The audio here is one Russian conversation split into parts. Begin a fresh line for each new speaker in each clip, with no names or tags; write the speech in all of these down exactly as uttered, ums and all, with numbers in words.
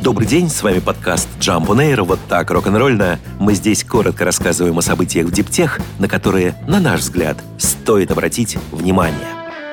Добрый день, с вами подкаст Jump on Air, вот так рок-н-ролльно. Мы здесь коротко рассказываем о событиях в диптех, на которые, на наш взгляд, стоит обратить внимание.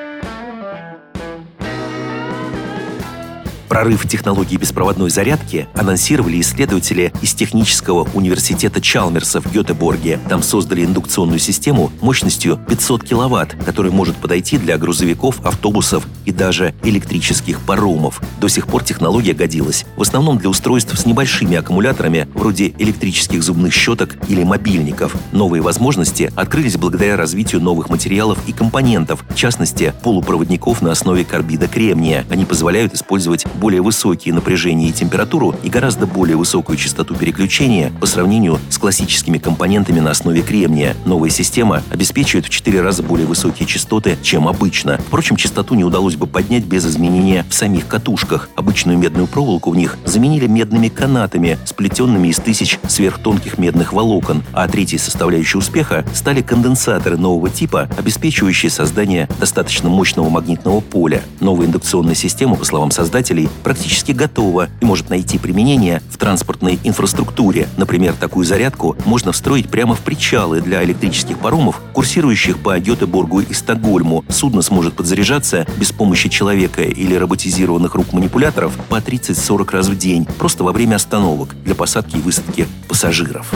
Прорыв в технологии беспроводной зарядки анонсировали исследователи из Технического университета Чалмерса в Гетеборге. Там создали индукционную систему мощностью пятьсот киловатт, которая может подойти для грузовиков, автобусов и даже электрических паромов. До сих пор технология годилась в основном для устройств с небольшими аккумуляторами, вроде электрических зубных щеток или мобильников. Новые возможности открылись благодаря развитию новых материалов и компонентов, в частности, полупроводников на основе карбида кремния. Они позволяют использовать более высокие напряжения и температуру и гораздо более высокую частоту переключения по сравнению с классическими компонентами на основе кремния. Новая система обеспечивает в четыре раза более высокие частоты, чем обычно. Впрочем, частоту не удалось бы поднять без изменения в самих катушках. Обычную медную проволоку в них заменили медными канатами, сплетенными из тысяч сверхтонких медных волокон. А третьей составляющей успеха стали конденсаторы нового типа, обеспечивающие создание достаточно мощного магнитного поля. Новая индукционная система, по словам создателей, практически готова и может найти применение в транспортной инфраструктуре. Например, такую зарядку можно встроить прямо в причалы для электрических паромов, курсирующих по Гетеборгу и Стокгольму. Судно сможет подзаряжаться без помощи человека или роботизированных рук манипуляторов по тридцать-сорок раз в день, просто во время остановок для посадки и высадки пассажиров.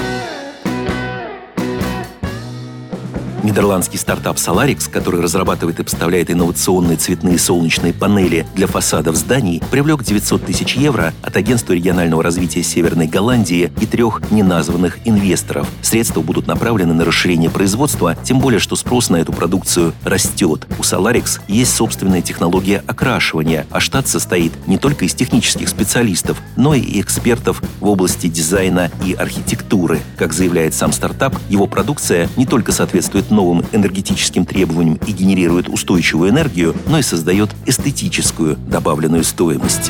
Нидерландский стартап Solarix, который разрабатывает и поставляет инновационные цветные солнечные панели для фасадов зданий, привлек девятьсот тысяч евро от Агентства регионального развития Северной Голландии и трех неназванных инвесторов. Средства будут направлены на расширение производства, тем более, что спрос на эту продукцию растет. У Solarix есть собственная технология окрашивания, а штат состоит не только из технических специалистов, но и экспертов в области дизайна и архитектуры. Как заявляет сам стартап, его продукция не только соответствует новым энергетическим требованиям и генерирует устойчивую энергию, но и создает эстетическую добавленную стоимость.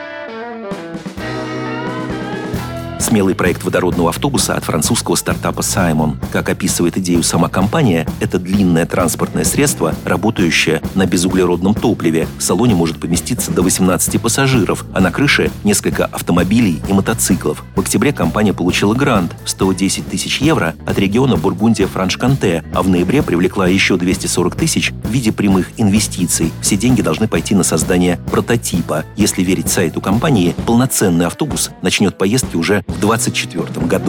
Смелый проект водородного автобуса от французского стартапа Simon. Как описывает идею сама компания, это длинное транспортное средство, работающее на безуглеродном топливе. В салоне может поместиться до восемнадцати пассажиров, а на крыше несколько автомобилей и мотоциклов. В октябре компания получила грант в сто десять тысяч евро от региона Бургундия-Франш-Конте, а в ноябре привлекла еще двести сорок тысяч в виде прямых инвестиций. Все деньги должны пойти на создание прототипа. Если верить сайту компании, полноценный автобус начнет поездки уже в двадцать четвёртом году.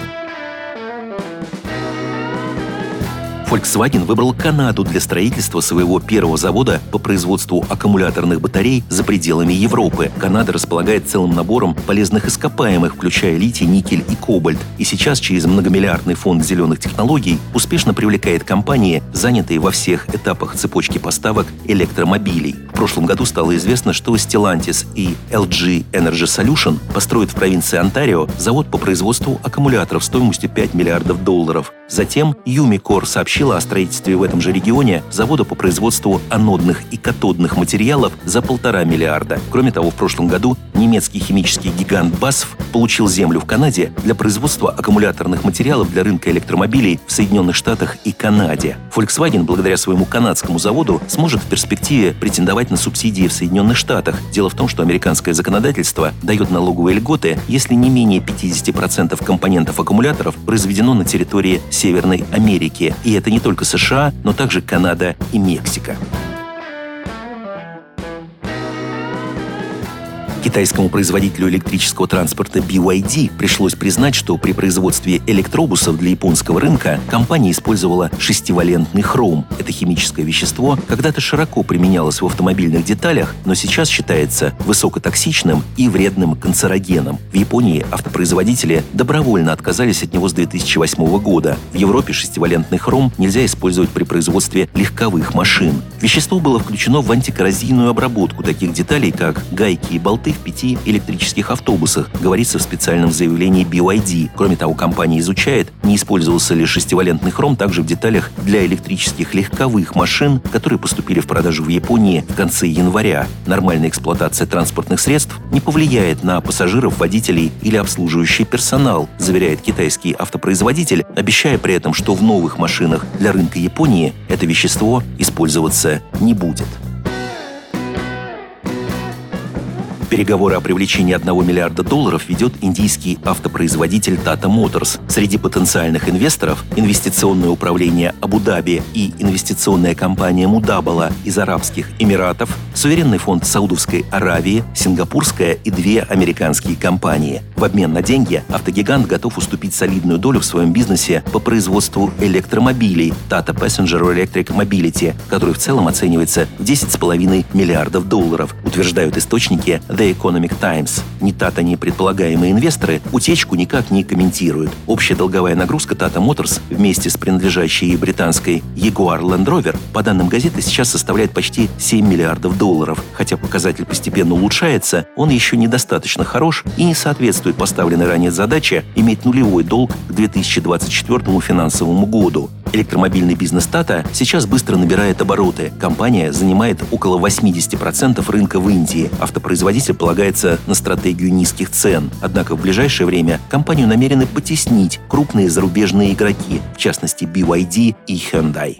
Volkswagen выбрал Канаду для строительства своего первого завода по производству аккумуляторных батарей за пределами Европы. Канада располагает целым набором полезных ископаемых, включая литий, никель и кобальт. И сейчас через многомиллиардный фонд зеленых технологий успешно привлекает компании, занятые во всех этапах цепочки поставок электромобилей. В прошлом году стало известно, что Stellantis и эл джи Energy Solution построят в провинции Онтарио завод по производству аккумуляторов стоимостью пять миллиардов долларов. Затем Umicore сообщила о строительстве в этом же регионе завода по производству анодных и катодных материалов за полтора миллиарда. Кроме того, в прошлом году немецкий химический гигант би эй эс эф получил землю в Канаде для производства аккумуляторных материалов для рынка электромобилей в Соединенных Штатах и Канаде. Volkswagen, благодаря своему канадскому заводу, сможет в перспективе претендовать на субсидии в Соединенных Штатах. Дело в том, что американское законодательство дает налоговые льготы, если не менее пятьдесят процентов компонентов аккумуляторов произведено на территории Северной Америки. И это не только США, но также Канада и Мексика. Китайскому производителю электрического транспорта би вай ди пришлось признать, что при производстве электробусов для японского рынка компания использовала шестивалентный хром. Это химическое вещество когда-то широко применялось в автомобильных деталях, но сейчас считается высокотоксичным и вредным канцерогеном. В Японии автопроизводители добровольно отказались от него с две тысячи восьмого года. В Европе шестивалентный хром нельзя использовать при производстве легковых машин. Вещество было включено в антикоррозийную обработку таких деталей, как гайки и болты в пяти электрических автобусах, говорится в специальном заявлении би вай ди. Кроме того, компания изучает, не использовался ли шестивалентный хром также в деталях для электрических легковых машин, которые поступили в продажу в Японии в конце января. Нормальная эксплуатация транспортных средств не повлияет на пассажиров, водителей или обслуживающий персонал, заверяет китайский автопроизводитель, обещая при этом, что в новых машинах для рынка Японии это вещество использоваться не будет. Переговоры о привлечении одного миллиарда долларов ведет индийский автопроизводитель Tata Motors. Среди потенциальных инвесторов – инвестиционное управление Абу-Даби и инвестиционная компания Мудабала из Арабских Эмиратов, суверенный фонд Саудовской Аравии, сингапурская и две американские компании. В обмен на деньги автогигант готов уступить солидную долю в своем бизнесе по производству электромобилей Tata Passenger Electric Mobility, который в целом оценивается в десять целых пять десятых миллиардов долларов, утверждают источники The Economic Times. Ни Tata, ни предполагаемые инвесторы утечку никак не комментируют. Общая долговая нагрузка Tata Motors вместе с принадлежащей ей британской Jaguar Land Rover по данным газеты сейчас составляет почти семь миллиардов долларов. Хотя показатель постепенно улучшается, он еще недостаточно хорош и не соответствует поставленной ранее задаче иметь нулевой долг к две тысячи двадцать четвёртому финансовому году. Электромобильный бизнес Tata сейчас быстро набирает обороты. Компания занимает около восемьдесят процентов рынка в Индии. Автопроизводитель полагается на стратегию низких цен. Однако в ближайшее время компанию намерены потеснить крупные зарубежные игроки, в частности би вай ди и Hyundai.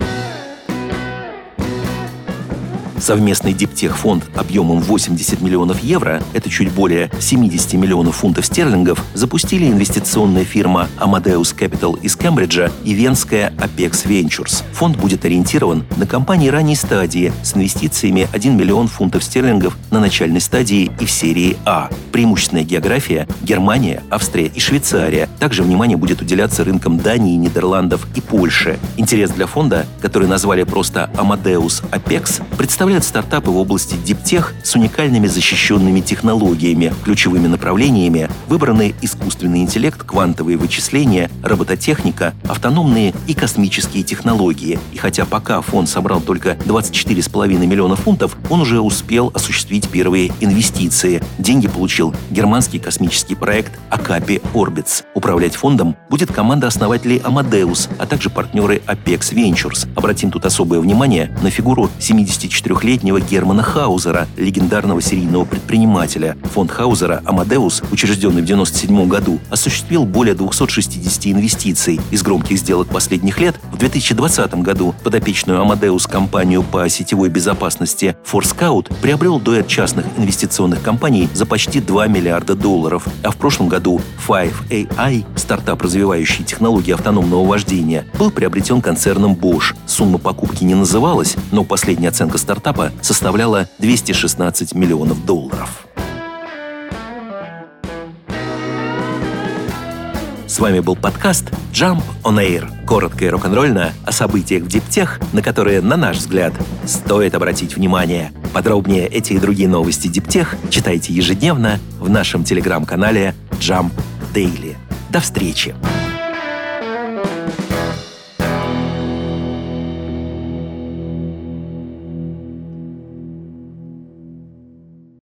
Совместный диптех-фонд объемом восемьдесят миллионов евро, это чуть более семьдесят миллионов фунтов стерлингов, запустили инвестиционная фирма Amadeus Capital из Кембриджа и венская Apex Ventures. Фонд будет ориентирован на компании ранней стадии с инвестициями один миллион фунтов стерлингов на начальной стадии и в серии А. Преимущественная география – Германия, Австрия и Швейцария. Также внимание будет уделяться рынкам Дании, Нидерландов и Польши. Интерес для фонда, который назвали просто Amadeus Apex, представляет стартапы в области диптех с уникальными защищенными технологиями. Ключевыми направлениями выбраны искусственный интеллект, квантовые вычисления, робототехника, автономные и космические технологии. И хотя пока фонд собрал только двадцать четыре целых пять десятых миллиона фунтов, он уже успел осуществить первые инвестиции. Деньги получил германский космический проект Akapi Orbits. Управлять фондом будет команда основателей Amadeus, а также партнеры Apex Ventures. Обратим тут особое внимание на фигуру семидесятичетырёхлетнего Германа Хаузера, легендарного серийного предпринимателя. Фонд Хаузера Amadeus, учрежденный в девяносто седьмом году, осуществил более двухсот шестидесяти инвестиций. Из громких сделок последних лет в две тысячи двадцатом году подопечную Amadeus компанию по сетевой безопасности Forescout приобрел дуэт частных инвестиционных компаний за почти два миллиарда долларов. А в прошлом году Five эй ай, стартап, развивающий технологии автономного вождения, был приобретен концерном Bosch. Сумма покупки не называлась, но последняя оценка стартапа составляла двести шестнадцать миллионов долларов. С вами был подкаст Jump on Air. Коротко и рок-н-ролльно о событиях в диптех, на которые, на наш взгляд, стоит обратить внимание. Подробнее эти и другие новости диптех читайте ежедневно в нашем телеграм-канале Jump Daily. До встречи!